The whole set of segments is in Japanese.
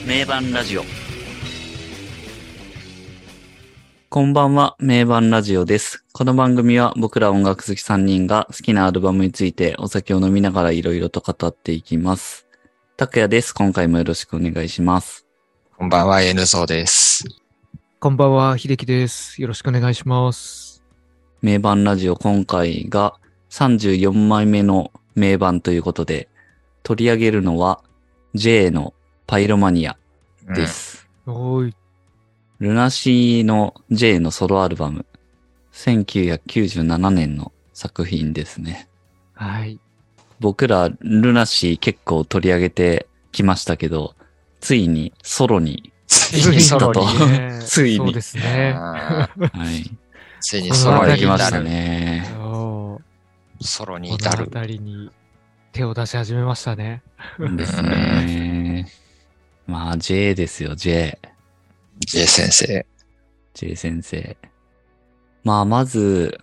名盤ラジオ。こんばんは、名盤ラジオです。この番組は僕ら音楽好き3人が好きなアルバムについてお酒を飲みながらいろいろと語っていきます。拓也です。今回もよろしくお願いします。 こんばんは、N ゾーです。 こんばんは、秀樹です。よろしくお願いします。 名盤ラジオ、今回が34枚目の名盤ということで、取り上げるのは J のパイロマニアです。 おーい。 ルナシーの J のソロアルバム、1997年の作品ですね。 はい。 僕らルナシー結構取り上げてきましたけど、ついにソロについにソロにねついにそうですね。 あーはい。 ついにソロに来ました至る。 ね。 ソロにこの至る。 辺りに手を出し始めましたね。 ですね。まあ J ですよ、J。 J 先生。 J 先生。まあまず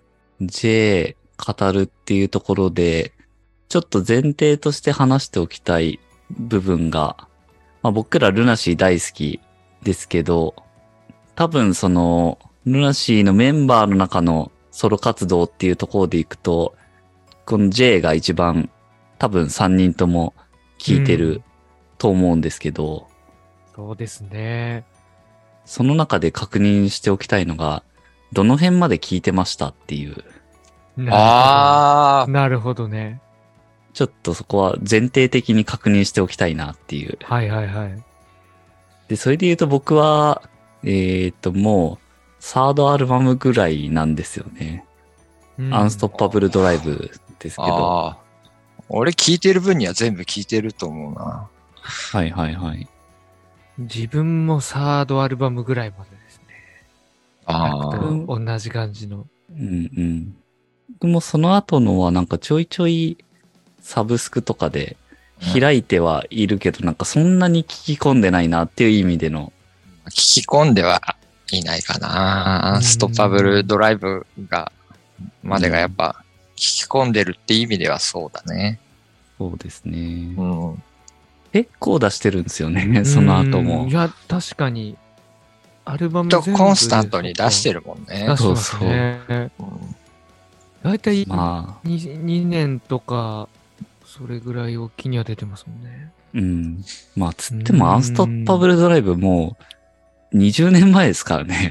J 語るっていうところで、ちょっと前提として話しておきたい部分が、まあ僕らルナシー大好きですけど、多分そのルナシーのメンバーの中のソロ活動っていうところでいくと、この J が一番多分3人とも聴いてると思うんですけど、 そうですね。 その中で確認しておきたいのが、どの辺まで聴いてましたっていう、 あなるほどね。 ちょっとそこは前提的に確認しておきたいなっていう。 はいはいはい。 で、それで言うと僕は、もう、サードアルバムぐらいなんですよね。アンストッパブルドライブですけど。 あー。俺聞いてる分には全部聞いてると思うな。 はいはいはい。 自分もサードアルバムぐらいまでですね。 あー。 と同じ感じの。 うんうん。僕もその後のはなんかちょいちょいサブスクとかで開いてはいるけど、なんかそんなに聞き込んでないなっていう意味での。 聞き込んではいないかな。アンストッパブルドライブまでがやっぱ聞き込んでるって意味ではそうだね。 そうですね。 うん。 結構出してるんですよね、その後もい。や、確かに、アルバム全部でコンスタントに出してるもんね。 出してますね。 うんだいたいまあ、 2年とか、それぐらい大きには出てますもんね。 うん。まあ、つってもアンストッパブルドライブもう20年前ですからね。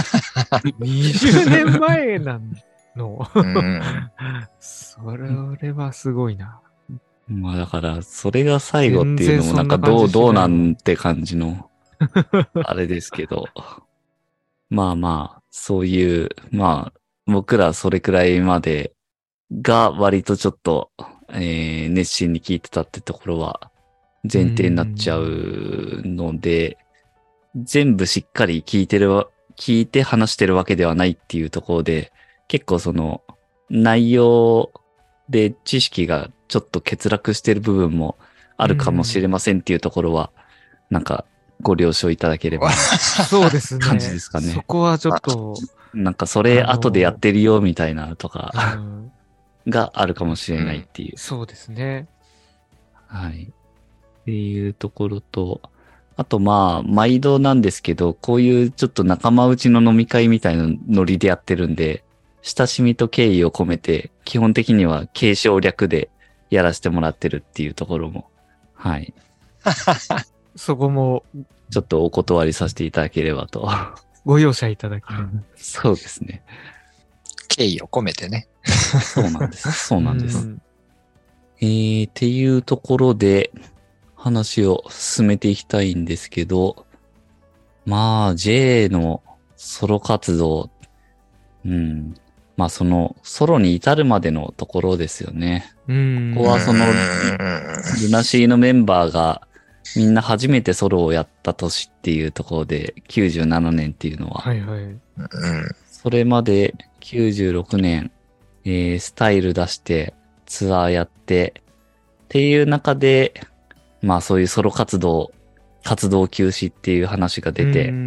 20年前なんの。 うんそれはすごいな。 まあだから、それが最後っていうのもなんか全然そんな感じしないわどうなんて感じの、あれですけど。まあまあ、そういう、まあ、僕らそれくらいまでが割とちょっと、熱心に聞いてたってところは前提になっちゃうので、全部しっかり聞いて話してるわけではないっていうところで、結構その内容で知識がちょっと欠落してる部分もあるかもしれませんっていうところは、なんかご了承いただければそうですね。 感じですかねそこはちょっと、 なんかそれ後でやってるよみたいなとかうんがあるかもしれないっていう。 そうですね。 はい。っていうところと、あとまあ、毎度なんですけど、こういうちょっと仲間内の飲み会みたいなノリでやってるんで、親しみと敬意を込めて、基本的には継承略でやらせてもらってるっていうところも、はい。 そこもちょっとお断りさせていただければと。 ご容赦いただければ。 そうですね。 敬意を込めてね。 そうなんです。そうなんです。 んっていうところで話を進めていきたいんですけど、まあ、J のソロ活動、まあそのソロに至るまでのところですよね。ここはそのルナシーのメンバーがみんな初めてソロをやった年っていうところで97年っていうのは、 はいはい。 うんそれまで96年、スタイル出してツアーやってっていう中で、まあそういうソロ活動休止っていう話が出て、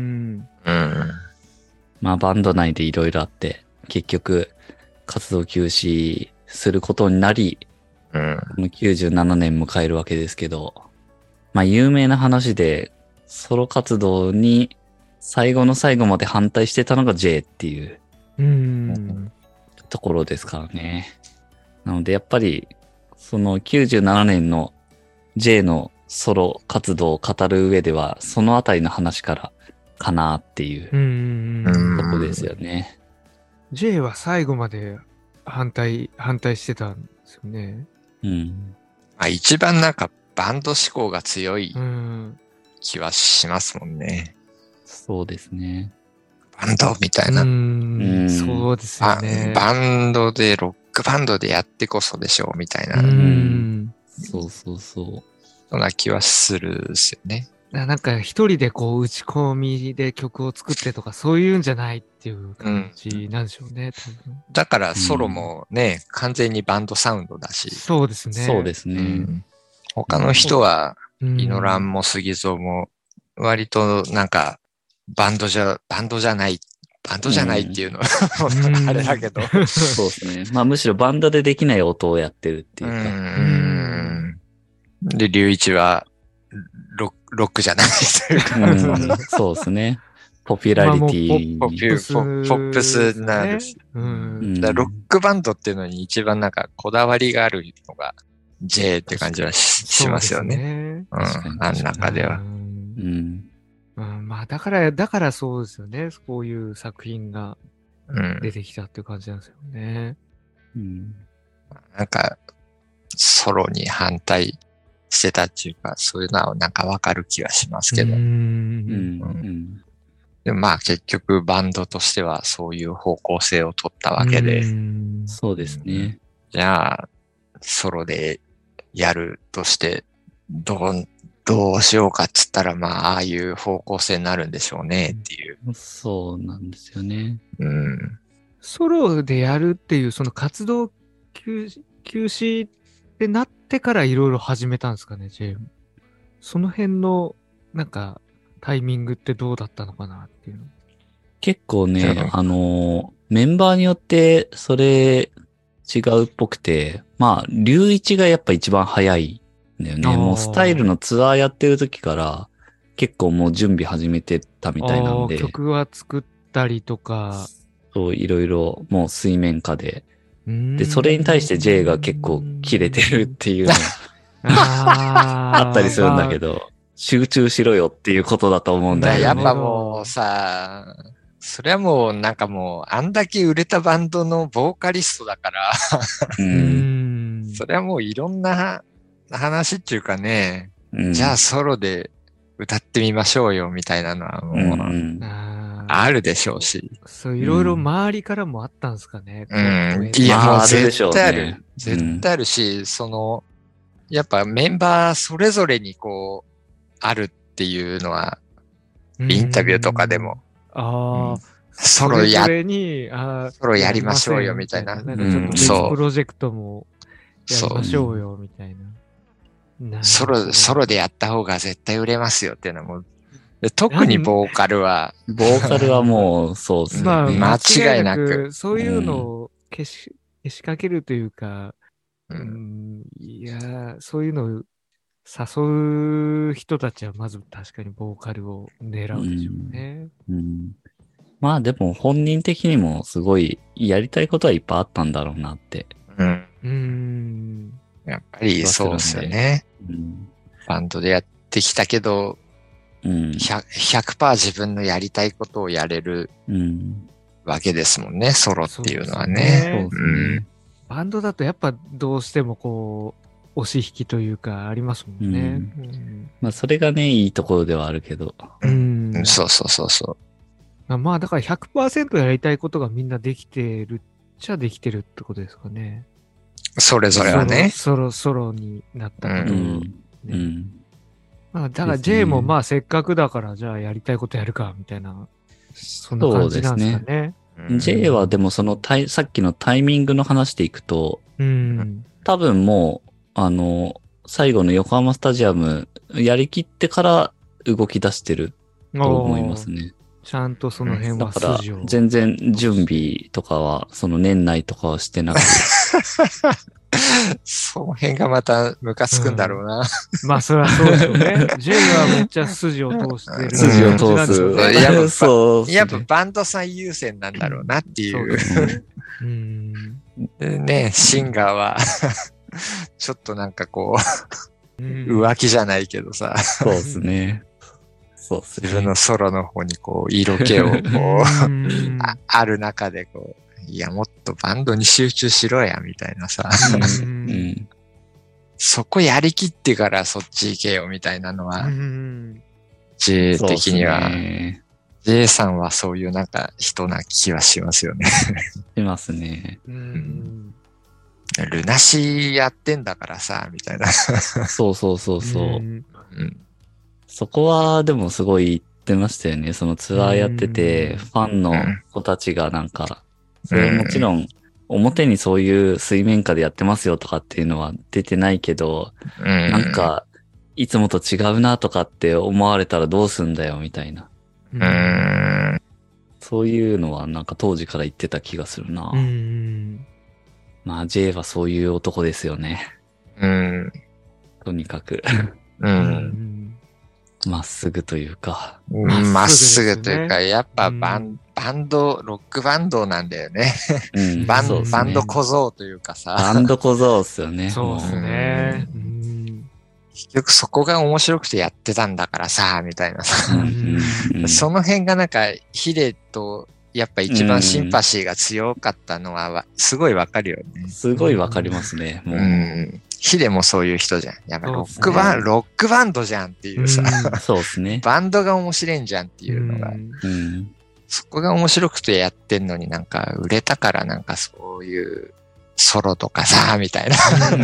まあバンド内でいろいろあって、結局活動休止することになり、97年迎えるわけですけど、まあ有名な話で、 ソロ活動に最後の最後まで反対してたのが J っていうところですからね。なのでやっぱり、その97年の J のソロ活動を語る上では、そのあたりの話からかなっていうとこですよね。 J は最後まで反対してたんですよね。 まあ、一番なんかバンド志向が強い気はしますもんね。 そうですね。 バンドみたいな。 そうですよね。 バンドで、ロックバンドでやってこそでしょうみたいな。 そうそうそう。 そんな気はするですよね。 なんか一人でこう打ち込みで曲を作ってとかそういうんじゃないっていう感じなんでしょうね、多分。 だからソロもね、完全にバンドサウンドだし。 そうですね。 そうですね。 他の人は、イノランも杉蔵も割となんかバンドじゃないっていうのはあれだけど。 そうですね。まあむしろバンドでできない音をやってるっていうか。 で、龍一はロックじゃないというか。 そうですね。ポピュラリティ。 ポップスなるし。ロックバンドっていうのに一番なんかこだわりがあるのが J って感じはしますよね。あん中では。 まあだからそうですよね。こういう作品が出てきたっていう感じなんですよね。 なんかソロに反対してたっていうか、そういうのはなんかわかる気はしますけど。でもまあ結局バンドとしてはそういう方向性を取ったわけで。 そうですね。 じゃあ、ソロでやるとして、どうしようかっつったら、まあ、ああいう方向性になるんでしょうねっていう。 そうなんですよね。 ソロでやるっていう、その活動休止ってなってからいろいろ始めたんですかね、J。その辺の、なんか、タイミングってどうだったのかなっていうの。 結構ね、メンバーによってそれ違うっぽくて、まあ、龍一がやっぱ一番早いんだよね。もうスタイルのツアーやってる時から結構もう準備始めてたみたいなんで。 曲は作ったりとか。 そう、いろいろもう水面下で。で、それに対して J が結構キレてるっていうのあったりするんだけど、集中しろよっていうことだと思うんだよね。 やっぱもうさ、それはもうなんかもうあんだけ売れたバンドのボーカリストだからそれはもういろんな話っていうかね、じゃあソロで歌ってみましょうよみたいなのはもうあるでしょうし。 そう、いろいろ周りからもあったんですかね。 いや、もう絶対ある。絶対あるし、やっぱメンバーそれぞれにこう、あるっていうのは、インタビューとかでも、ソロやりましょうよみたいな。 なんかちょっと別プロジェクトもやりましょうよみたいな。 ソロでやった方が絶対売れますよっていうのはもう、特にボーカルは。 ボーカルはもう、そうですね。 間違いなく。 そういうのをけしかけるというか、いや、そういうのを誘う人たちはまず確かにボーカルを狙うでしょうね。 まあでも本人的にもすごいやりたいことはいっぱいあったんだろうなって。 やっぱりそうですよね。バンドでやってきたけど、100% 自分のやりたいことをやれるわけですもんね、ソロっていうのはね。 バンドだとやっぱどうしてもこう、押し引きというかありますもんね。 まあそれがね、いいところではあるけど。 そう。 まあだから 100% やりたいことがみんなできてるっちゃできてるってことですかね。 それぞれはね。 ソロになったことまあだから J もまあせっかくだからじゃあやりたいことやるかみたいな、そんな感じなんですかね。 J はでもそのさっきのタイミングの話でいくと、多分もう、最後の横浜スタジアムやりきってから動き出してると思いますね。 ちゃんとその辺はだから筋を。 全然準備とかは、その年内とかはしてなくて。 その辺がまたムカつくんだろうな。 まあ、そりゃそうでしょうね。J はめっちゃ筋を通してる。 筋を感じなんでしょう通す。 ね。 やっぱそう。 やっぱバンド最優先なんだろうなっていう。でね、シンガーは、ちょっとなんかこう、浮気じゃないけどさ。 そうですね。そうですね。 自分のソロの方にこう、色気をこう、ある中でこう、いや、もっとバンドに集中しろや、みたいなさ。そこやりきってからそっち行けよ、みたいなのは、J 的には、J さんはそういうなんか人な気はしますよね。 しますね。 ルナシーやってんだからさ、みたいな。 そう。そこはでもすごい言ってましたよね。そのツアーやってて、ファンの子たちがなんか、それもちろん表にそういう水面下でやってますよとかっていうのは出てないけど、なんか、いつもと違うなとかって思われたらどうすんだよみたいな。そういうのはなんか当時から言ってた気がするな。まあ J はそういう男ですよね。とにかく。まっすぐというか。 まっすぐというか、やっぱバンド、ロックバンドなんだよね。バンド小僧というかさ。 バンド小僧っすよね。 そうですね。 結局そこが面白くてやってたんだからさ、みたいなさ。その辺がなんか、ヒデとやっぱ一番シンパシーが強かったのは、すごいわかるよね。 すごいわかりますね。もうヒデもそういう人じゃん。やっぱロックバンドじゃんっていうさ。 そうですね。 バンドが面白いんじゃんっていうのが。そこが面白くてやってんのになんか売れたからなんかそういうソロとかさ、みたいな。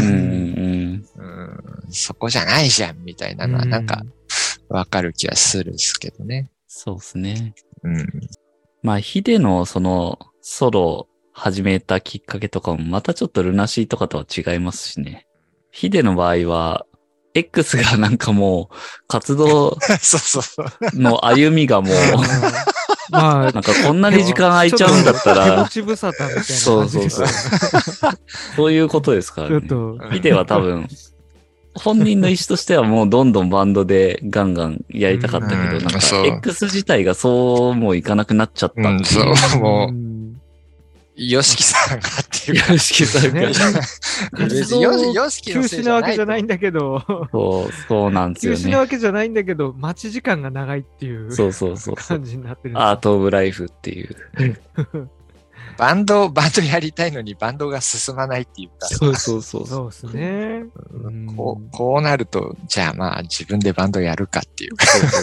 そこじゃないじゃんみたいなのはなんかわかる気はするんですけどね。 そうですね。まあヒデのそのソロ始めたきっかけとかもまたちょっとルナシーとかとは違いますしね。ヒデの場合は、X がなんかもう活動の歩みがもう、まあ、なんかこんなに時間空いちゃうんだったら、 手持ち無沙汰みたいな感じ。そう。 そういうことですからね。ヒデは多分、本人の意思としてはもうどんどんバンドでガンガンやりたかったけど、なんか X 自体がそうもういかなくなっちゃったっていう。 そう、もう。ヨシキさんがっていう。 ヨシキさんが。 ヨシキのせいじゃない。休止なわけじゃないんだけど。 そうなんですよね。 休止なわけじゃないんだけど、待ち時間が長いっていう。 そう感じになってる。 アートオブライフっていう。 バンドやりたいのにバンドが進まないっていうか。 そうですね。 こうなると、じゃあまあ自分でバンドやるかっていうか。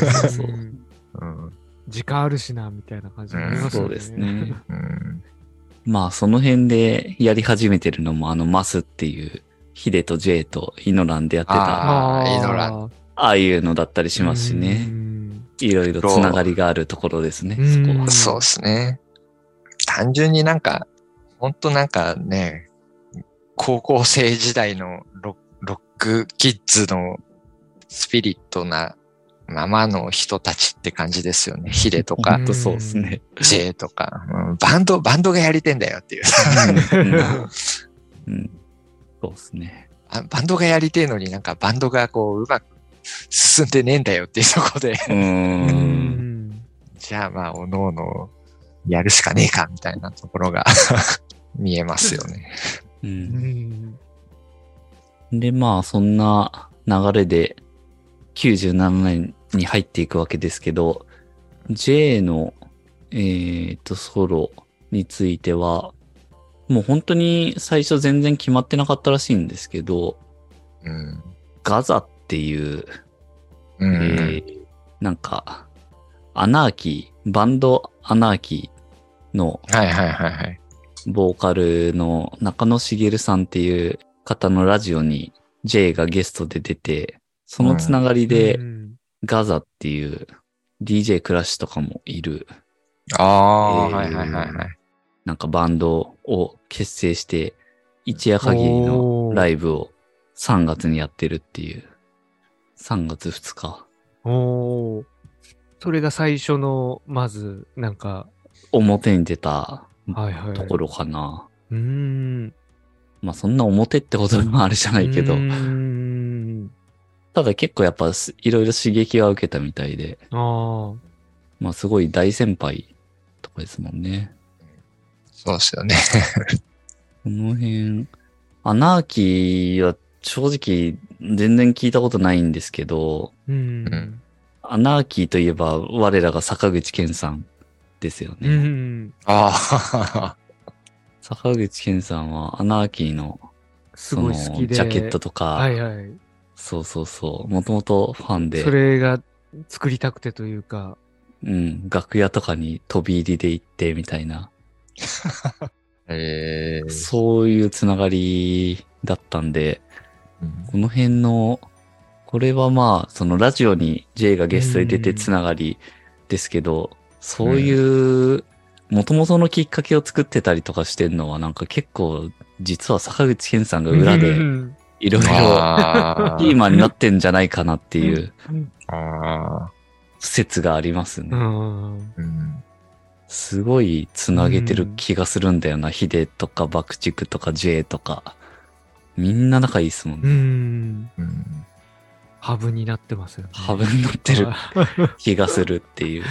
時間あるしな、みたいな感じになりますね。 そうですね。まあその辺でやり始めてるのもマスっていうヒデと J とイノランでやってたイノラン。 ああいうのだったりしますしね。いろいろつながりがあるところですね。そこは。 そうですね。単純になんか、ほんとなんかね、高校生時代のロックキッズのスピリットなままの人たちって感じですよね。ヒデとか。 そうですね。 J とか、バンドがやりてんだよっていう。 そうですね。 バンドがやりてえのになんかバンドがこううまく進んでねえんだよっていうところで。じゃあまあ、おのおのやるしかねえかみたいなところが見えますよね。 で、まあ、そんな流れで97年に入っていくわけですけど、J の、ソロについては、もう本当に最初全然決まってなかったらしいんですけど、ガザっていう、なんか、バンドアナーキーの、ボーカルの中野茂さんっていう方のラジオに J がゲストで出て、そのつながりでガザっていう DJ クラッシュとかもいる。なんかバンドを結成して一夜限りのライブを3月にやってるっていう。3月2日。 それが最初の、まず、なんか、 表に出たはいはい。 ところかな。 ん。 まあそんな表ってこともあるじゃないけど、ただ結構やっぱいろいろ刺激は受けたみたいで、まあすごい大先輩とかですもんね。 そうですよね。 この辺、アナーキーは正直全然聞いたことないんですけど、アナーキーといえば我らが坂口健さんですよね。坂口健さんはアナーキーのすごい好きで、 ジャケットとか、 はいはい。 そうそうそう、もともとファンで。 それが作りたくてというか。 うん、楽屋とかに飛び入りで行ってみたいな。そういうつながりだったんで、この辺の、これはまあ、そのラジオに J がゲストで出てつながりですけど、そういう、元々のきっかけを作ってたりとかしてんのはなんか結構、実は坂口健さんが裏で、いろいろ、ピーマンになってんじゃないかなっていう、説がありますね。すごいつなげてる気がするんだよな。ヒデとか爆竹とか J とか。みんな仲いいっすもんね。 ハブになってますよね。 ハブになってる気がするっていう。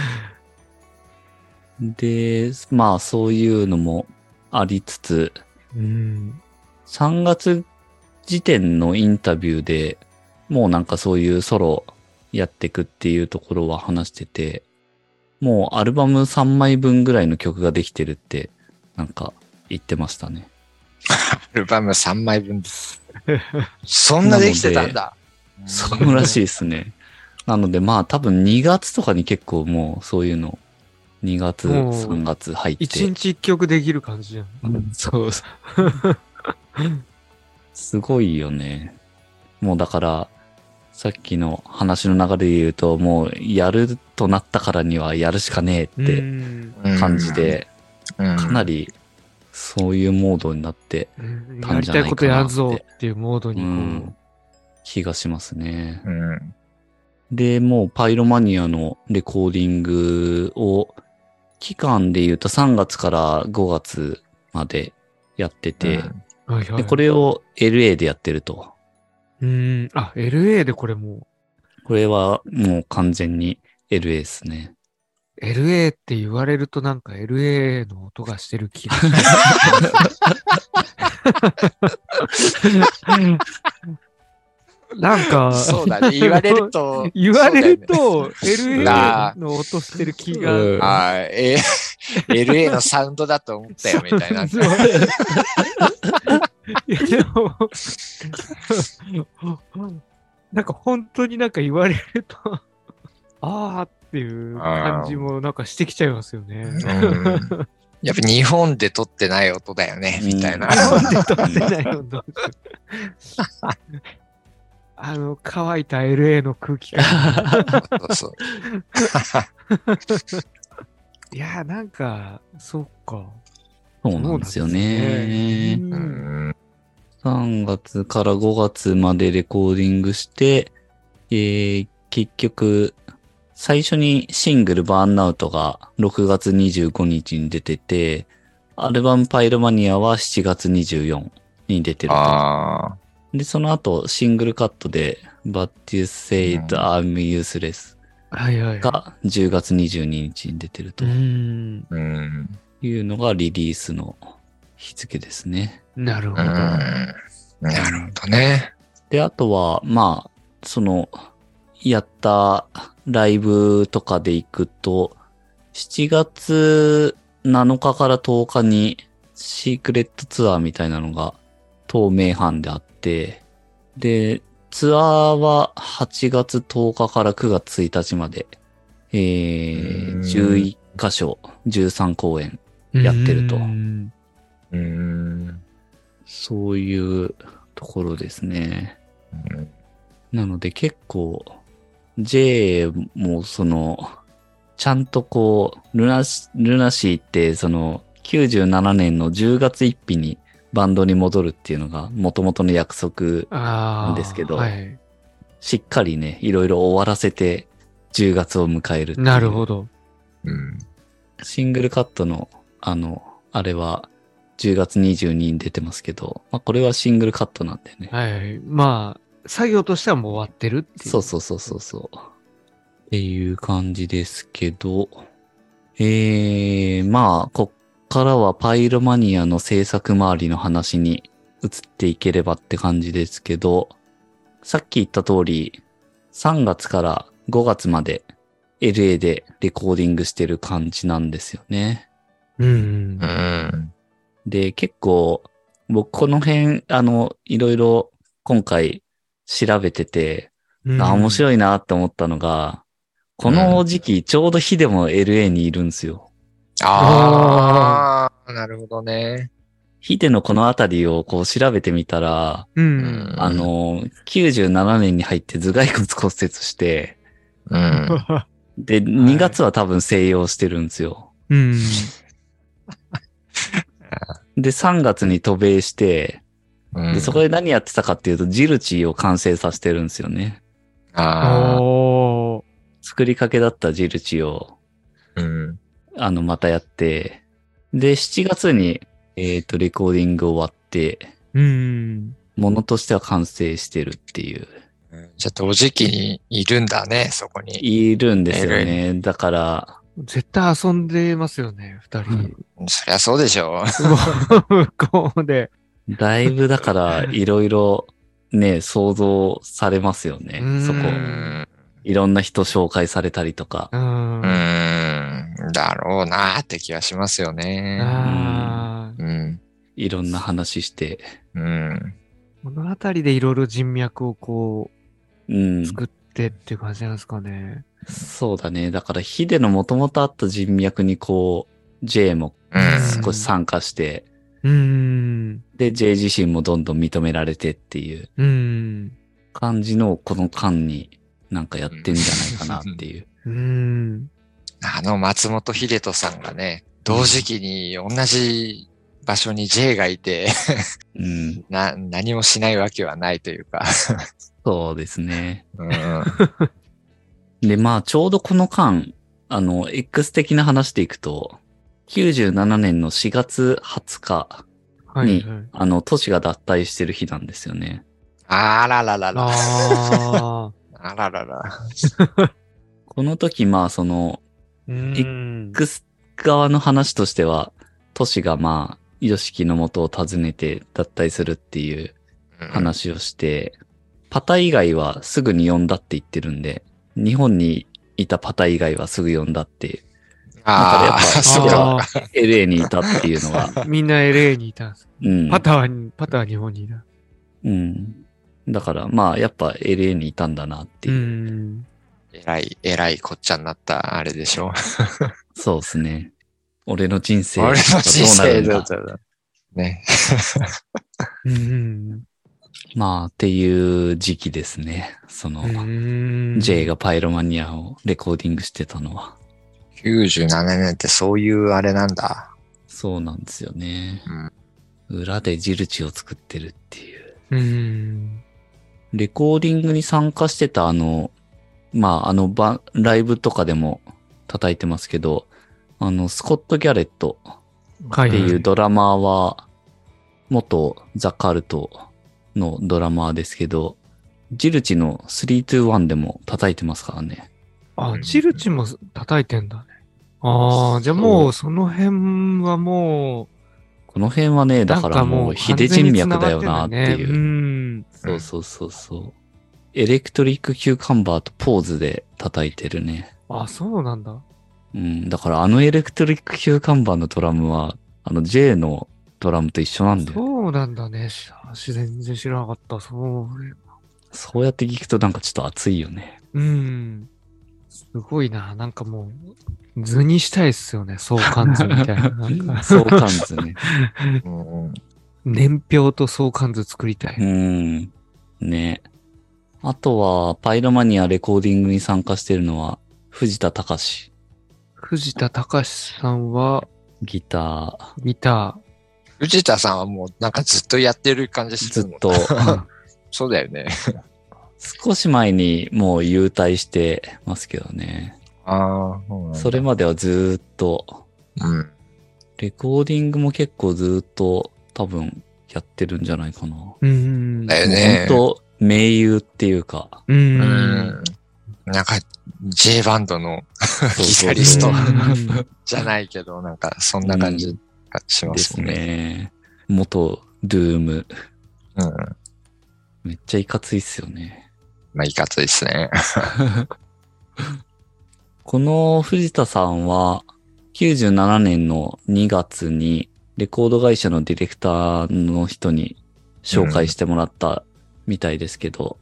で、まあそういうのもありつつ、3月時点のインタビューでもうなんかそういうソロやってくっていうところは話してて、もうアルバム3枚分ぐらいの曲ができてるってなんか言ってましたね。 アルバム3枚分です。そんなできてたんだ。 そうらしいですね。なのでまあ多分2月とかに結構もうそういうの2月、3月入って。 1日1曲できる感じじゃん。 そうそう。すごいよね。もうだから、さっきの話の流れで言うと、もうやるとなったからにはやるしかねえって感じで、かなりそういうモードになってたんじゃないかなって。 やりたいことやるぞっていうモードにこう、 気がしますね。で、もうパイロマニアのレコーディングを期間で言うと3月から5月までやってて、でこれを LA でやってると。 LA でこれもう。 これはもう完全に LA ですね。 LA って言われるとなんか LA の音がしてる気がします。なんか、 そうだね。言われると、 LA の音してる気が。 LA のサウンドだと思ったよ、みたいな。 なんか本当になんか言われると、あーっていう感じもなんかしてきちゃいますよね。 やっぱ日本で撮ってない音だよね、みたいな。 日本で撮ってない音。乾いた LA の空気感。 そういやー、なんか、そっか。 そうなんですよね。3月から5月までレコーディングして、結局、最初にシングルバーンアウトが6月25日に出てて、アルバムパイロマニアは7月24に出てると。で、その後、シングルカットで、But You Said I'm Useless が10月22日に出てるというのがリリースの日付ですね。 なるほど。 なるほどね。 で、あとは、まあ、やったライブとかで行くと、7月7日から10日にシークレットツアーみたいなのが東名阪であって、で、ツアーは8月10日から9月1日まで、11カ所、13公演やってると。そういうところですね。なので結構、J もちゃんとこう、ルナシーって、97年の10月1日にバンドに戻るっていうのが元々の約束なんですけど、しっかりね、いろいろ終わらせて 10月を迎えるっていう。 なるほど。 うん。 シングルカットの、あれは10月22日に出てますけど、まあこれはシングルカットなんでね。 はい。まあ、作業としてはもう終わってるっていう。 そうそうそうそうそう。っていう感じですけど、まあ、こっからはパイロマニアの制作周りの話に移っていければって感じですけど、さっき言った通り、3月から5月まで LA でレコーディングしてる感じなんですよね。 うんう。ん。 で、結構、僕この辺、いろいろ今回調べてて、面白いなって思ったのが、この時期ちょうどヒデも LA にいるんですよ。 ああ、なるほどね。 ヒデのこのあたりをこう調べてみたら、97年に入って頭蓋骨骨折して、 うん。 で、2月は多分静養してるんですよ。 うん。 で、3月に渡米して、 うん、 で、そこで何やってたかっていうと、ジルチーを完成させてるんですよね。 ああ。 作りかけだったジルチーを、 うん。 またやって、で、7月に、レコーディング終わって、ものとしては完成してるっていう。 じゃあ同時期にいるんだね、そこに。 いるんですよね。だから。 絶対遊んでますよね、二人。 そりゃそうでしょう。向こうで。 だいぶだから、いろいろね、想像されますよね、そこ。いろんな人紹介されたりとか。 だろうなーって気がしますよね。 いろんな話して。 このあたりでいろいろ人脈をこう、作ってっていう感じなんですかね。 そうだね。だからヒデのもともとあった人脈にこう、J も少し参加して、で、J 自身もどんどん認められてっていう感じのこの間になんかやってんじゃないかなっていう。 松本秀人さんがね、同時期に同じ場所に J がいて何もしないわけはないというか。 そうですね。で、まあ、ちょうどこの間、X 的な話でいくと、97年の4月20日に、都市が脱退してる日なんですよね。 あらららら。あららら。 この時、まあ、その、X 側の話としては、都市がまあ、ヨシキの元を訪ねて脱退するっていう話をして、パタ以外はすぐに呼んだって言ってるんで、日本にいたパタ以外はすぐ呼んだっていう。だからやっぱ、そうか。LA にいたっていうのは。 みんな LA にいたんです。パタは日本にいた。 だから、まあ、やっぱ LA にいたんだなっていう。 えらいこっちゃになったあれでしょ。 そうですね。俺の人生。 俺の人生だ。ね。 まあ、っていう時期ですね。その、J がパイロマニアをレコーディングしてたのは。 97年ってそういうあれなんだ。 そうなんですよね。裏でジルチを作ってるっていう。レコーディングに参加してたまあ、ライブとかでも叩いてますけど、スコット・ギャレットっていうドラマーは、元ザ・カルトのドラマーですけど、ジルチの321でも叩いてますからね。 あ、ジルチも叩いてんだね。ああ、じゃあもうその辺はもう、 この辺はね、だからもうヒデ人脈だよなっていう。そうそうそうそう。エレクトリックキューカンバーとポーズで叩いてるね。 あ、そうなんだ。 だからエレクトリックキューカンバーのドラムは、J のドラムと一緒なんだよ、ね。 そうなんだね。全然知らなかった。 そうやって聞くとなんかちょっと熱いよね。 すごいな。なんかもう、図にしたいっすよね。相関図みたいな。 相関図ね。 年表と相関図作りたい。 ね。あとは、パイロマニアレコーディングに参加してるのは、藤田隆。 藤田隆さんは、 ギター。 藤田さんはもうなんかずっとやってる感じするもん。 ずっと。 そうだよね。 少し前にもう優退してますけどね。 ああ、 それまではずーっと、レコーディングも結構ずーっと多分やってるんじゃないかな。 だよね。 本当盟友っていうか。 なんか J バンドのギタリストじゃないけど、なんかそんな感じがしますね。 ですね。元ドゥーム。めっちゃいかついっすよね。 まあいかついっすね。 この藤田さんは97年の2月にレコード会社のディレクターの人に紹介してもらったみたいですけど。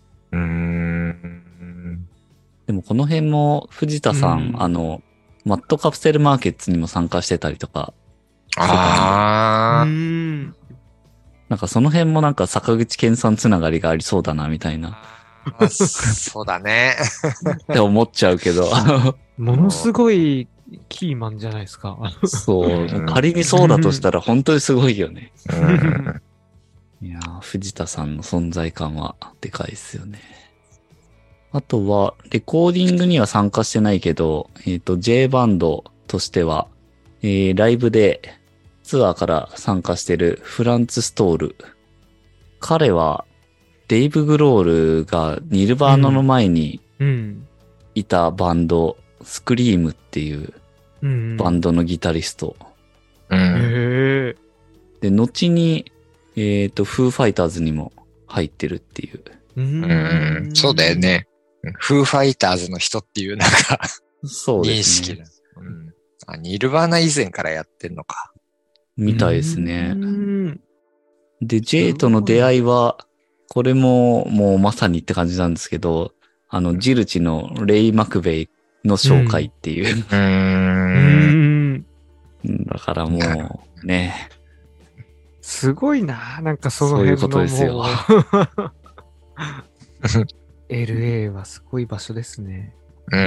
でもこの辺も藤田さん、マットカプセルマーケッツにも参加してたりとかしてたんで。なんかその辺もなんか坂口健さんつながりがありそうだなみたいな。 そうだね。 って思っちゃうけど。 ものすごいキーマンじゃないですか。 そう。仮にそうだとしたら本当にすごいよね。いやー、藤田さんの存在感はでかいですよね。あとは、レコーディングには参加してないけど、J バンドとしては、ライブでツアーから参加してるフランツ・ストール。彼は、デイブ・グロールがニルバーナの前にいたバンド、スクリームっていうバンドのギタリスト。で、後に、フーファイターズにも入ってるっていう。 そうだよね。フーファイターズの人っていうなんかそうですね、 認識だ。ニルバーナ以前からやってんのか。 みたいですね。で、J との出会いは、これももうまさにって感じなんですけど、ジルチのレイ・マクベイの紹介っていう。だからもう、ね。 すごいな、なんかその辺のそういうことですよ。 LA はすごい場所ですね。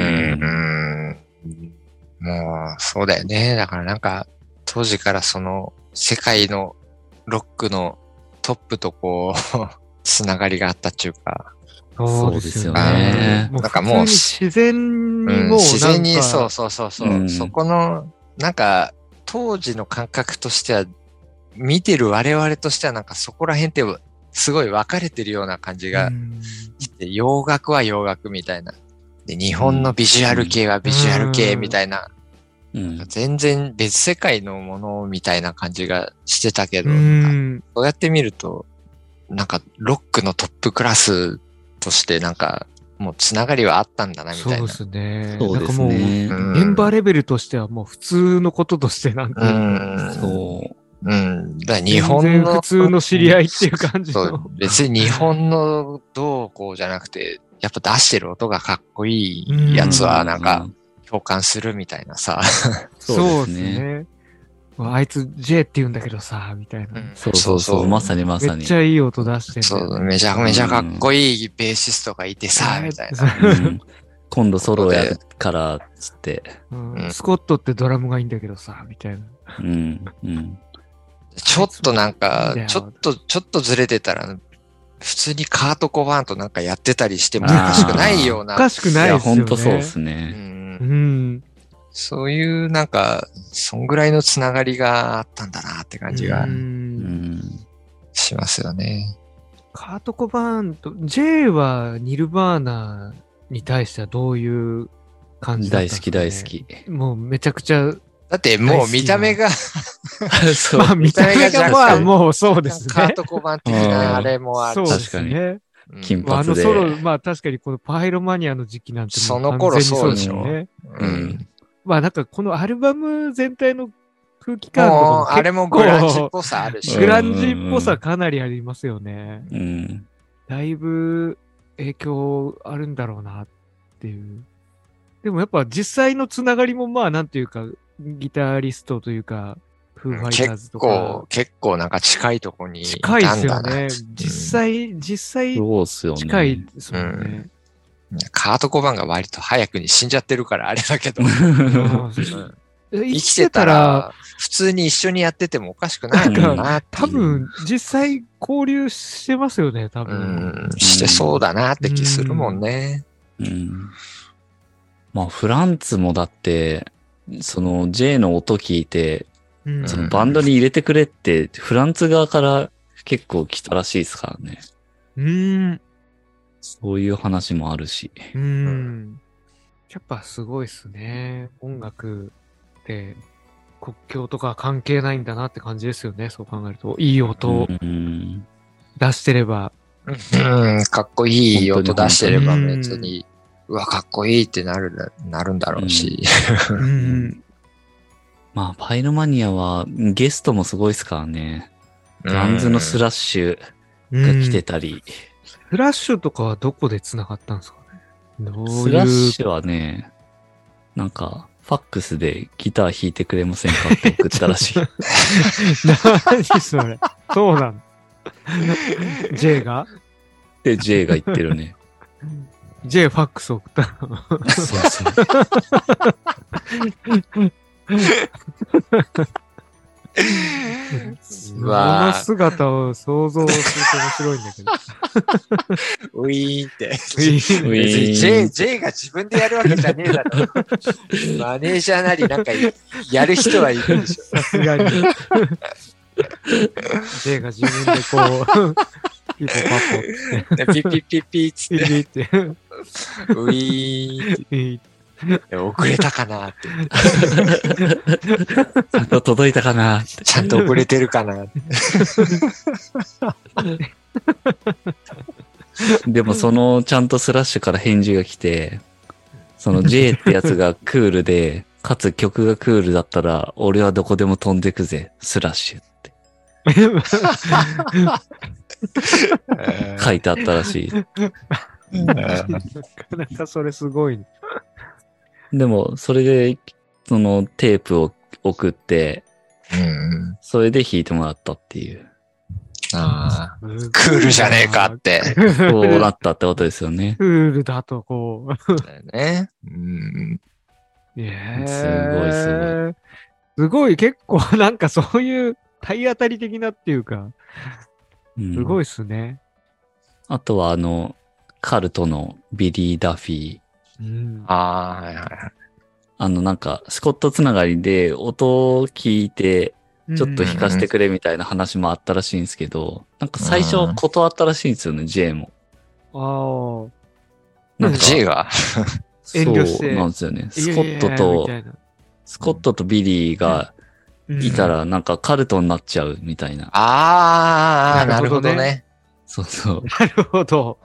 もう、そうだよね。だからなんか、当時からその、世界のロックのトップとこう、つながりがあったっていうか。 そうですよね。なんかもう、自然にもう自然に、そう。そこの、なんか、当時の感覚としては、見てる我々としてはなんかそこら辺ってすごい分かれてるような感じがして、洋楽は洋楽みたいな。で、日本のビジュアル系はビジュアル系みたいな。全然別世界のものみたいな感じがしてたけど、そうやって見ると、なんかロックのトップクラスとしてなんかもうつながりはあったんだなみたいな。 そうですね。 そうですね。 なんかもう、メンバーレベルとしてはもう普通のこととしてなんてそう。 だから日本の。 普通の知り合いっていう感じの。 そう。別に日本のどうこうじゃなくて、やっぱ出してる音がかっこいいやつはなんか共感するみたいなさ。 そうですね。あいつ J って言うんだけどさ、みたいな。 そう。まさにまさに。 めっちゃいい音出してる。 そう、めちゃめちゃかっこいいベーシストがいてさ、みたいな。 今度ソロやるから、つって。 スコットってドラムがいいんだけどさ、みたいな。 ちょっとなんか、ちょっとずれてたら、普通にカート・コバーンとなんかやってたりしてもおかしくないような。 おかしくないですよね。 いや、ほんとそうですね。 そういうなんか、そんぐらいのつながりがあったんだなって感じがしますよね。 カート・コバーンと、J はニルバーナに対してはどういう感じだったんですかね。 大好き。 もうめちゃくちゃ。 だってもう見た目がそう。見た目がまあもうそうですね。 カート・コバーン的なあれもあるし。そうですね。 金髪で。 ソロ、まあ確かにこのパイロマニアの時期なんてその頃そうでしょ。 まあなんかこのアルバム全体の空気感とかもあれもグランジっぽさあるし。 グランジっぽさかなりありますよね。だいぶ影響あるんだろうなっていう。でもやっぱ実際のつながりもまあなんていうか、ギタリストというか、フーファイターズとか。 結構なんか近いとこに近いですよね。実際、近いですもんね。 カート・コバーンが割と早くに死んじゃってるからあれだけど。 生きてたら、普通に一緒にやっててもおかしくないのかなっていう。 多分、実際交流してますよね、多分。 してそうだなって気するもんね。 まあ、フランツもだって、その J の音聞いて、そのバンドに入れてくれって、フランツ側から結構来たらしいですからね。そういう話もあるし。 やっぱすごいっすね。音楽って国境とか関係ないんだなって感じですよね。そう考えると。いい音を出してれば。 かっこいい音出してれば別に、うわ、かっこいいってなるんだろうし。 まあ、パイロマニアはゲストもすごいですからね。ガンズのスラッシュが来てたり。 スラッシュとかはどこで繋がったんですかね。 スラッシュはね、なんか、ファックスでギター弾いてくれませんかって送ったらしい。 何それ。そうなの。J がで、J が言ってるね。 J ファックス送ったの。 そうそう。 その姿を想像すると面白いんだけど。 ウィーンって。J が自分でやるわけじゃねえだろ。マネージャーなりなんかやる人はいるでしょ。 さすがに。J が自分でこう、ピポパポって。 ピピピピつって。 って。 ウィーンって。遅れたかなって。 ちゃんと届いたかなって。 ちゃんと遅れてるかなって。 でもそのちゃんとスラッシュから返事が来て、その J ってやつがクールで、かつ曲がクールだったら、俺はどこでも飛んでくぜ、スラッシュって。書いてあったらしい。 なかなかそれすごいね。 でも、それで、そのテープを送って、それで弾いてもらったっていう。 ああ、クールじゃねえかって。 そうなったってことですよね。 クールだとこう。 だよね。 すごいすごい。 すごい結構なんかそういう体当たり的なっていうか、すごいっすね。 あとはカルトのビリー・ダフィー。 はいはい。 なんか、スコットつながりで音を聞いて、ちょっと弾かせてくれみたいな話もあったらしいんですけど、なんか最初断ったらしいんですよね、J も。 なんか J が遠慮して。 そうなんですよね。スコットとビリーがいたらなんかカルトになっちゃうみたいな。 なるほどね。 そうそう。 なるほど。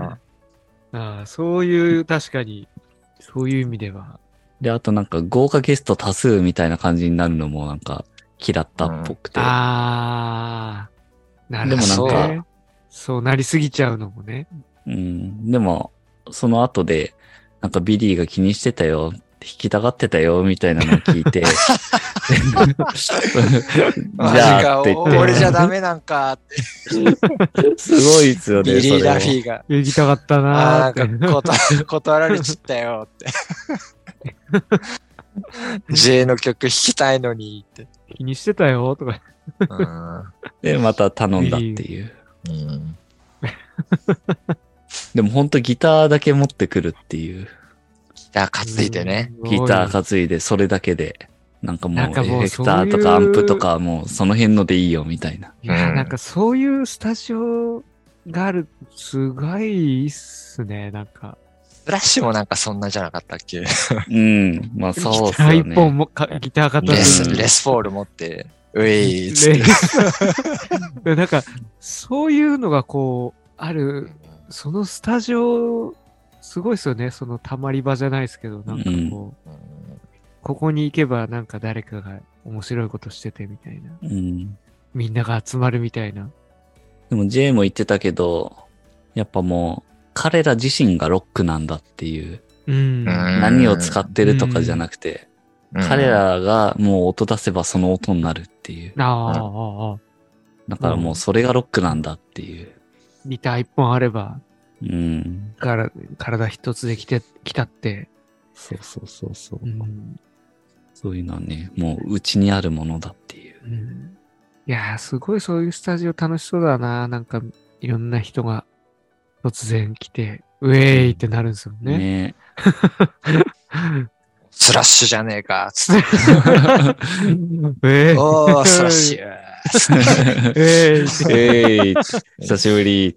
そういう、確かに、そういう意味では。 で、あとなんか豪華ゲスト多数みたいな感じになるのもなんか嫌ったっぽくて。 なるほど。でもなんか、そうなりすぎちゃうのもね。 でも、その後で、なんかビリーが気にしてたよ、弾きたがってたよ、みたいなのを聞いて。 じゃあって言って。俺じゃダメなんかって。 すごいですよね。 ビリー・ダフィーが。 行きたかったなーって。断られちったよって。J の曲弾きたいのにって。 気にしてたよとか。 で、また頼んだっていう。でも本当ギターだけ持ってくるっていう。 ギター担いでね。 ギター担いでそれだけで。なんかもうエフェクターとかアンプとかもうその辺のでいいよみたいな。 いや、なんかそういうスタジオがある、すごいいいっすね、なんか。 スラッシュもなんかそんなじゃなかったっけまあそうっすよね。 ギター一本もギター片レスフォール持って、ウェイつって。なんか、そういうのがこう、ある、そのスタジオ、すごいっすよね、そのたまり場じゃないですけど、なんかこう、ここに行けばなんか誰かが面白いことしててみたいな。みんなが集まるみたいな。 でも J も言ってたけど、やっぱもう彼ら自身がロックなんだっていう。何を使ってるとかじゃなくて、彼らがもう音出せばその音になるっていう。だからもうそれがロックなんだっていう。 ギター一本あれば、体一つできたって。 そう。 そういうのはね、もううちにあるものだっていう。 いやー、すごいそういうスタジオ楽しそうだな。なんか、いろんな人が突然来て、ウェーイってなるんですよね。 ね。 スラッシュじゃねえか、つって。 おー、スラッシュ。 久しぶりって。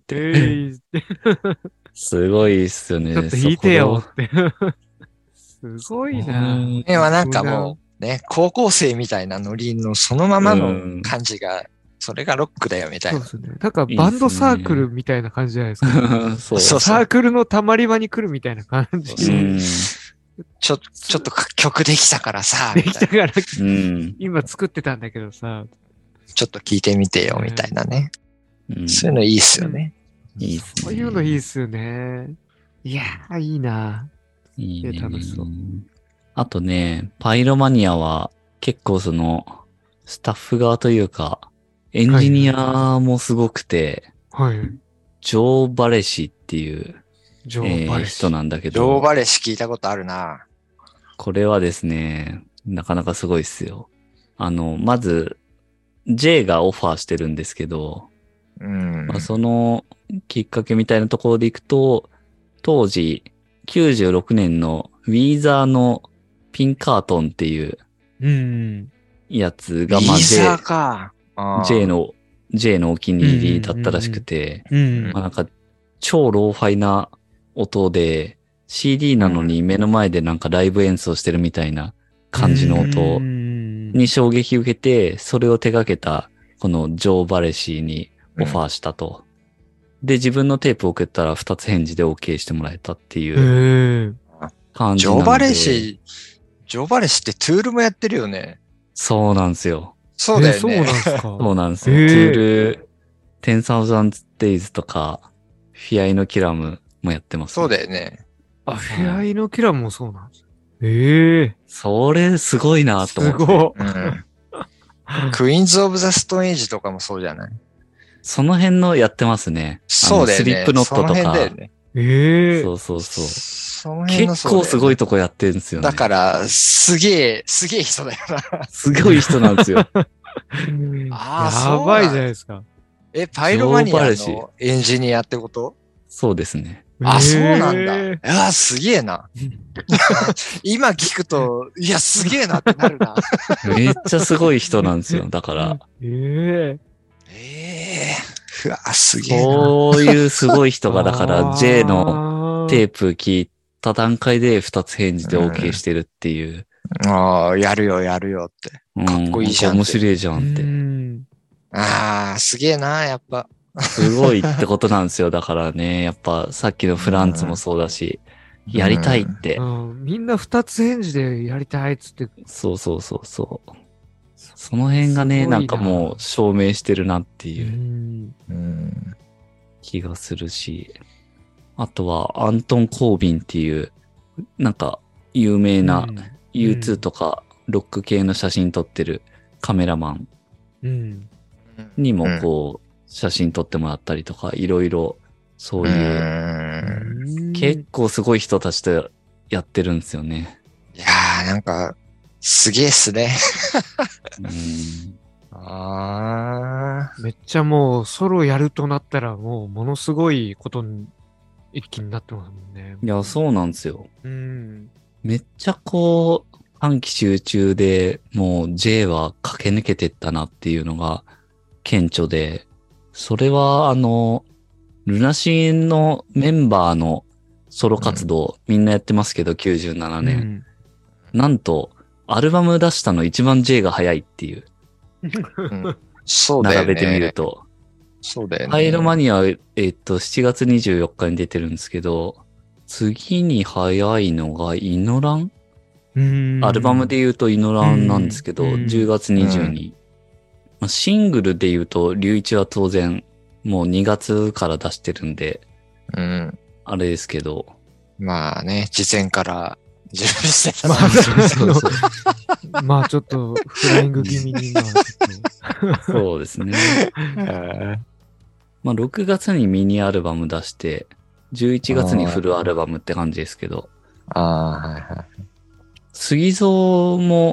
すごいっすよね。 ちょっと弾いてよって。すごいな。 なんかもう、ね、高校生みたいなノリのそのままの感じが、それがロックだよみたいな。 そうですね。なんかバンドサークルみたいな感じじゃないですか。 そうサークルのたまり場に来るみたいな感じ。 ちょっと曲できたからさ、 できたから、今作ってたんだけどさ。 ちょっと聞いてみてよみたいなね。そういうのいいっすよね。 いいっすね。 そういうのいいっすよね。いやー、いいな。 いいね。 楽しそう。 あとね、パイロマニアは結構スタッフ側というか、エンジニアもすごくて、ジョー・バレシっていう人なんだけど。 ジョー・バレシ聞いたことあるな。 これはですね、なかなかすごいっすよ。まず、J がオファーしてるんですけど、そのきっかけみたいなところでいくと、当時、96年のウィーザーのピンカートンっていうやつが、J のお気に入りだったらしくて、なんか超ローファイな音で CD なのに目の前でなんかライブ演奏してるみたいな感じの音に衝撃受けて、それを手掛けたこのジョー・バレシーにオファーしたと。で、自分のテープを送ったら2つ返事で OK してもらえたっていう感じなので。 ジョーバレシってトゥールもやってるよね。 そうなんですよ。 そうだよね。 そうなんですか。 そうなんですよ。トゥール、10,000 Days とか、フィアイノキラムもやってます、 そうだよね。 フィアイノキラムもそうなんです。 それすごいなと思って。 すごい。 クイーンズ・オブ・ザ・ストーン・エイジとかもそうじゃない？ その辺のやってますね。 そうだよね。 スリップノットとか。 その辺だよね。 そう。結構すごいとこやってるんですよね。 だから、すげえ人だよな。 すごい人なんですよ。 やばいじゃないですか。 パイロマニアのエンジニアってこと？ そうですね。 そうなんだ。すげえな。今聞くと、いや、すげえなってなるな。 めっちゃすごい人なんですよ。だから。 うわ、すげえな。 そういうすごい人が、だから J のテープ聞いた段階で2つ返事で OK してるっていう。 やるよって。かっこいいじゃん。 面白いじゃんって。 すげえな、やっぱ。 すごいってことなんですよ。だからね、やっぱさっきのフランツもそうだし、やりたいって。 みんな2つ返事でやりたいっつって。 そう。その辺がね、なんかもう証明してるなっていう気がするし。あとはアントン・コービンっていう、なんか有名な U2 とかロック系の写真撮ってるカメラマンにもこう写真撮ってもらったりとか、いろいろそういう結構すごい人たちとやってるんですよね。 いやーなんかすげえっすね。 めっちゃもうソロやるとなったらもうものすごいことに一気になってますもんね。 いや、そうなんですよ。めっちゃこう、短期集中でもう J は駆け抜けてったなっていうのが顕著で、それはルナシーのメンバーのソロ活動、みんなやってますけど、97年。なんと、アルバム出したの一番 J が早いっていう。 そうだよね。 並べてみると。 そうだよね。 パイロマニア、7月24日に出てるんですけど、次に早いのがイノラン？アルバムで言うとイノランなんですけど、10月22。シングルで言うと、リュウイチは当然、もう2月から出してるんで、あれですけど。 まあね、事前から準備してた。 まあちょっと、フライング気味にそうですね。まあ6月にミニアルバム出して、11月にフルアルバムって感じですけど。 はいはい。 杉蔵も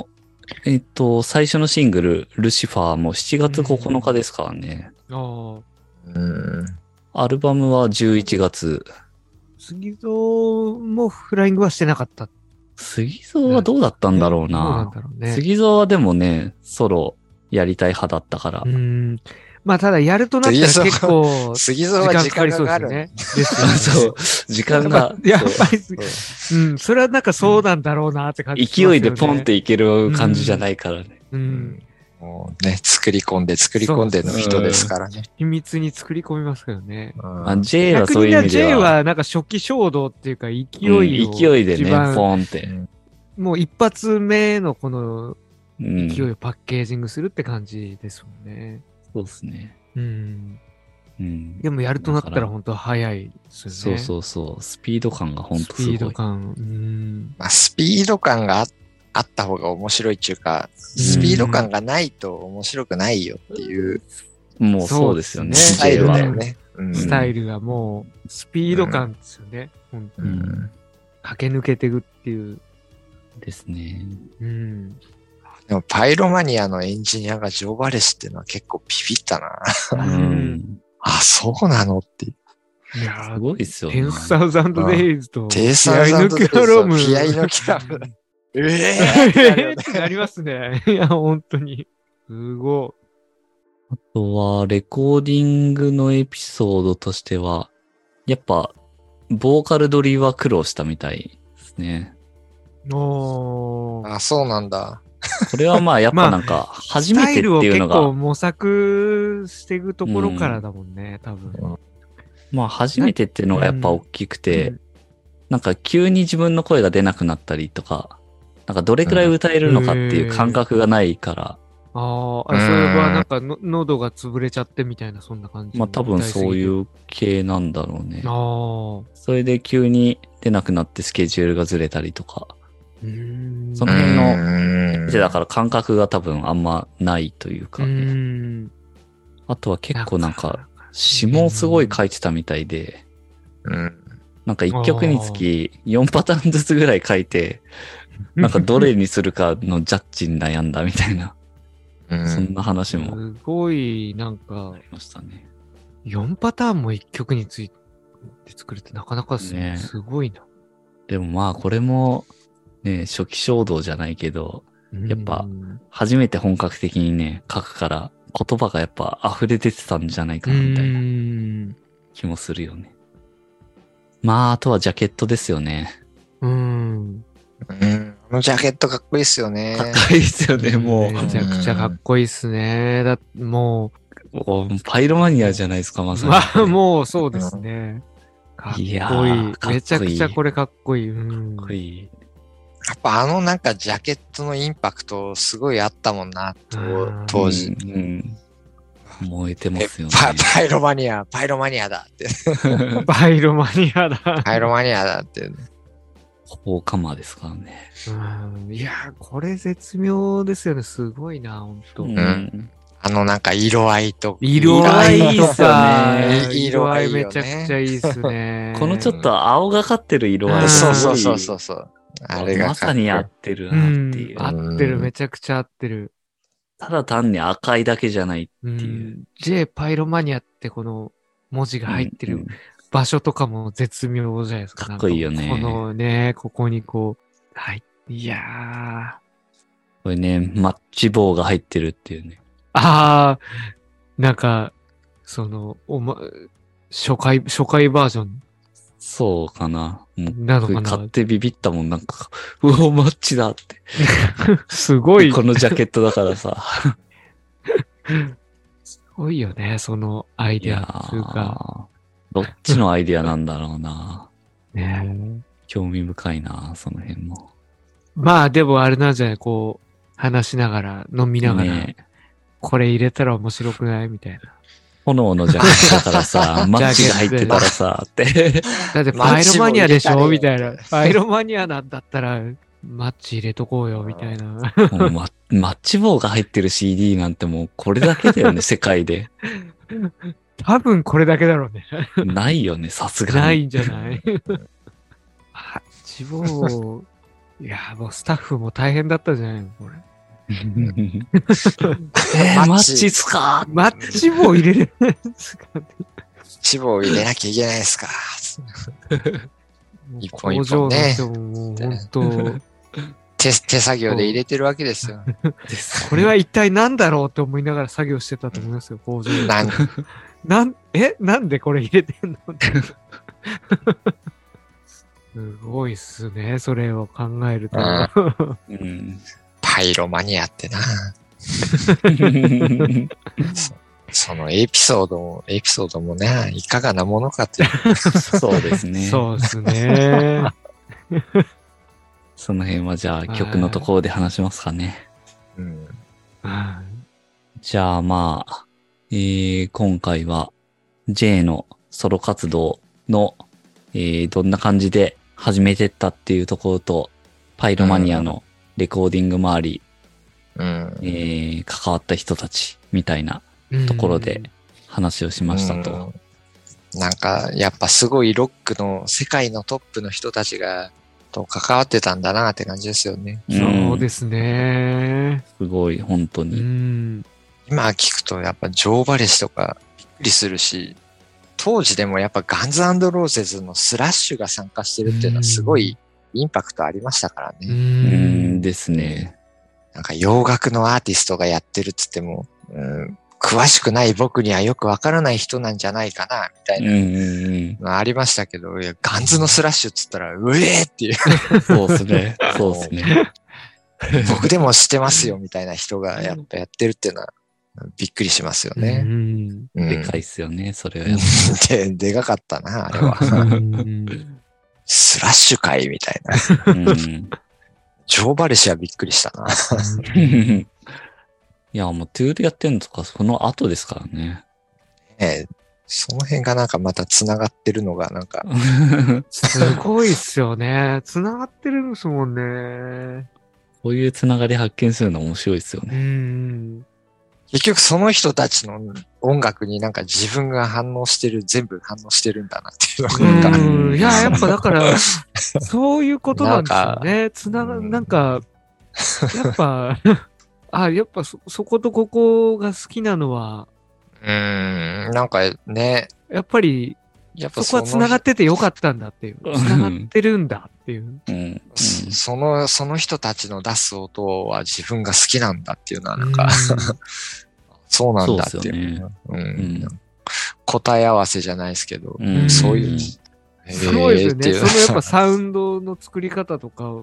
最初のシングル、ルシファーも7月9日ですからね。 ああ。 アルバムは11月。 杉蔵もフライングはしてなかった。 杉蔵はどうだったんだろうな。 どうなんだろうね。 杉蔵はでもね、ソロやりたい派だったから。 まあただやるとなったら結構杉蔵は時間かかるね。 そう、時間が。 やっぱり、それはなんかそうなんだろうなって感じ、 勢いでポンっていける感じじゃないからね。 もうね、作り込んでの人ですからね。 秘密に作り込みますけどね。 J はそういう意味では。 J はなんか初期衝動っていうか勢いでね、ポンって。 もう一発目のこの勢いをパッケージングするって感じですもんね。 そうですね。 でもやるとなったら本当早いですよね。 そう。スピード感が本当すごい。 スピード感。 スピード感があった方が面白いっていうか、スピード感がないと面白くないよっていう。 もうそうですよね。 スタイルだよね。 スタイルがもうスピード感ですよね。本当に。駆け抜けていくっていう。 ですね。 でもパイロマニアのエンジニアがジョー・バレスっていうのは結構ビビったな。あ、そうなのって。 いやすごいっすよね。 10,000 Days と、 ピアイノキャラム。ピアイノキャラム。 ってなりますね。いや、本当に。すごい。あとは、レコーディングのエピソードとしては、やっぱ、ボーカル取りは苦労したみたいですね。 あ、そうなんだ。 これはまあ、やっぱなんか、初めてっていうのが。スタイルを結構模索していくところからだもんね、多分。 まあ、初めてっていうのがやっぱ大きくて、なんか急に自分の声が出なくなったりとか、なんかどれくらい歌えるのかっていう感覚がないから。 それはなんか喉が潰れちゃってみたいな、そんな感じ。 まあ多分そういう系なんだろうね。それで急に出なくなってスケジュールがずれたりとか。その辺の、だから感覚が多分あんまないというか、ね。あとは結構なんか、詞もすごい書いてたみたいで、なんか1曲につき4パターンずつぐらい書いて、なんかどれにするかのジャッジに悩んだみたいな、そんな話も。 すごい、なんか、 ありましたね。 4パターンも1曲について作るってなかなかすごいな。 でもまあこれも、ね、初期衝動じゃないけど、やっぱ初めて本格的にね、書くから言葉がやっぱ溢れ出てたんじゃないかなみたいな気もするよね。まああとはジャケットですよね。 あのジャケットかっこいいっすよね。 かっこいいっすよね、もう。 めちゃくちゃかっこいいっすね。もう、パイロマニアじゃないですか、まさに。 まあ、もうそうですね。かっこいい。めちゃくちゃこれかっこいい。 かっこいい。 やっぱなんかジャケットのインパクトすごいあったもんな、当時。 燃えてますよね。 パイロマニアだって。 パイロマニアだ。 パイロマニアだって。 放火魔ですからね。 いや、これ絶妙ですよね。すごいな、ほんと。 なんか色合いと。 色合いいいっすよね。色合いめちゃくちゃいいっすね。 このちょっと青がかってる色合い。 そう。あれがまさに合ってるなっていう。 合ってる、めちゃくちゃ合ってる。 ただ単に赤いだけじゃないっていう。 J パイロマニアってこの文字が入ってる場所とかも絶妙じゃないですか。 かっこいいよね。 このね、ここにこう、いやー。 これね、マッチ棒が入ってるっていうね。 なんか、初回バージョン。 そうかな。 なのかな。 買ってビビったもん、なんか、うお、マッチだって。 すごい。 このジャケットだからさ。 すごいよね、そのアイデアっていうか。 どっちのアイデアなんだろうな。 ね、 興味深いな、その辺も。 まあ、でもあれなんじゃない、こう、話しながら、飲みながら、これ入れたら面白くないみたいな。 炎のジャケットだからさ、マッチが入ってたらさ、って。 だってパイロマニアでしょみたいな。パイロマニアなんだったら、マッチ入れとこうよ、みたいな。 マッチ棒が入ってる CD なんてもうこれだけだよね、世界で。 多分これだけだろうね。 ないよね、さすがに。 ないんじゃないマッチ棒、いや、もうスタッフも大変だったじゃないの、これ。 マッチっすか？ マッチ棒入れれないんですかね。 脂肪を入れなきゃいけないですか。一本一本ね。 工場の人ももう本手作業で入れてるわけですよ。 当、これは一体何だろうって思いながら作業してたと思いますよ、工場で。なんでこれ入れてんのすごいっすね、それを考えると。 パイロマニアってな。そのエピソードもね、いかがなものかっていう。 そうですね。 そうですね。 その辺はじゃあ曲のところで話しますかね。じゃあまあ、今回は J のソロ活動の、どんな感じで始めてったっていうところと、パイロマニアのレコーディング周り、関わった人たちみたいなところで話をしましたと。 なんかやっぱすごいロックの世界のトップの人たちがと関わってたんだなって感じですよね。 そうですね。 すごい、本当に。 今聞くとやっぱジョー・バレスとかびっくりするし、当時でもやっぱガンズ&ローゼズのスラッシュが参加してるっていうのはすごいインパクトありましたからね。 ですね。 なんか洋楽のアーティストがやってるって言っても、詳しくない僕にはよくわからない人なんじゃないかな、みたいなのありましたけど、いやガンズのスラッシュっつったら、うえーっていう。 そうですね。そうですね。 僕でも知ってますよ、みたいな人がやっぱやってるっていうのは、びっくりしますよね。 でかいっすよね、それは。 でかかったな、あれは。スラッシュ界みたいな。ジョー・バレシはびっくりしたな。 いや、もうトゥールやってんのとかその後ですからね。 その辺がなんかまた繋がってるのがなんか。 すごいっすよね。繋がってるんですもんね。 こういう繋がり発見するの面白いですよね。 結局その人たちの音楽になんか自分が全部反応してるんだなっていうのが。 いや、やっぱだから、そういうことなんですよね。なんか、やっぱ、やっぱそことここが好きなのは、 なんかね。 やっぱり、そこは繋がっててよかったんだっていう。繋がってるんだっていう。 その人たちの出す音は自分が好きなんだっていうのはなんか、そうなんだっていう。答え合わせじゃないですけど、そういう。 すごいですよね。そのやっぱサウンドの作り方とか。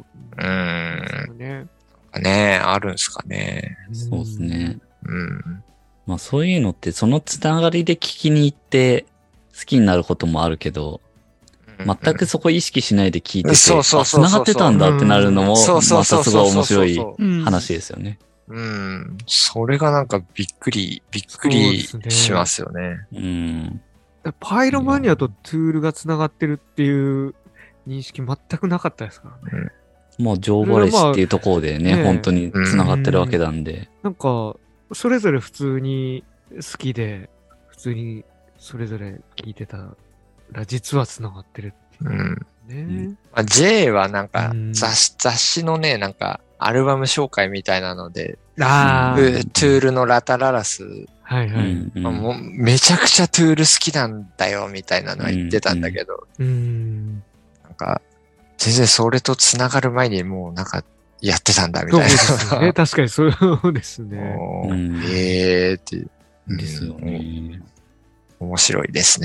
ねあるんですかね。 そうですね。まあそういうのってそのつながりで聞きに行って好きになることもあるけど、全くそこ意識しないで聞いてて、つながってたんだってなるのも、またすごい面白い話ですよね。 それがなんかびっくりしますよね。 パイロマニアとトゥールがつながってるっていう認識全くなかったですからね。 もうジョー・バレスっていうところでね、本当につながってるわけなんで。 なんか、それぞれ普通に好きで、普通にそれぞれ聞いてたら、実はつながってるっていうね。 J はなんか雑誌のね、なんかアルバム紹介みたいなので、トゥールのラタララス、もうめちゃくちゃトゥール好きなんだよみたいなのは言ってたんだけど、なんか全然それとつながる前にもうなんかやってたんだみたいな。 そうですね。確かにそうですね。 っていう。 ですよね。 面白いですね。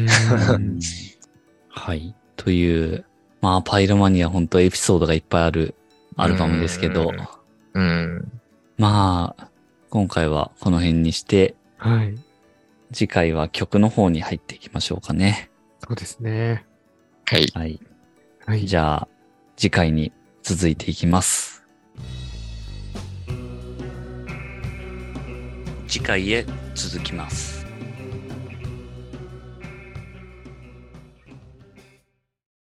はい。という、まあ、パイロマニア本当エピソードがいっぱいあるアルバムですけど、まあ、今回はこの辺にして、次回は曲の方に入っていきましょうかね。 そうですね。 はい。 じゃあ、次回に続いていきます。次回へ続きます。